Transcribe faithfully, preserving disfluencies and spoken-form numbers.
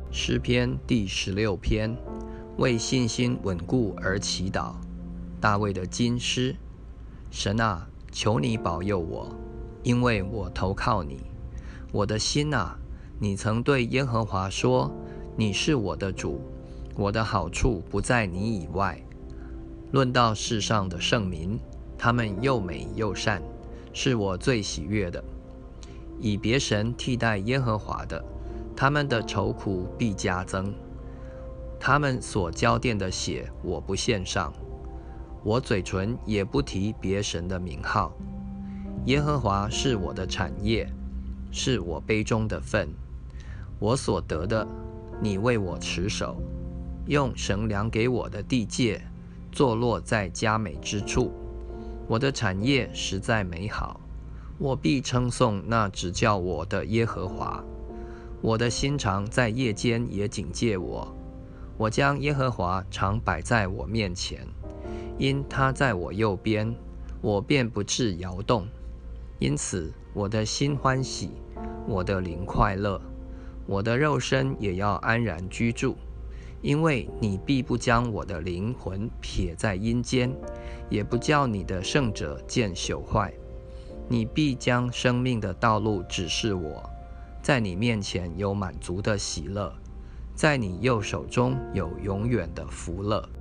诗篇第十六篇，为信心稳固而祈祷。大卫的金诗。神啊，求你保佑我，因为我投靠你。我的心啊，你曾对耶和华说，你是我的主，我的好处不在你以外。论到世上的圣民，他们又美又善，是我最喜悦的。以别神替代耶和华的，他们的愁苦必加增。他们所浇奠的血，我不献上，我嘴唇也不提别神的名号。耶和华是我的产业，是我杯中的分。我所得的，你为我持守，用绳量给我的地界，坐落在佳美之处。我的产业实在美好，我必称颂那指教我的耶和华。我的心肠在夜间也警戒我，我将耶和华常摆在我面前，因他在我右边，我便不致摇动。因此我的心欢喜，我的灵快乐，我的肉身也要安然居住。因为你必不将我的灵魂撇在阴间，也不叫你的圣者见朽坏。你必将生命的道路指示我，在你面前有满足的喜乐，在你右手中有永远的福乐。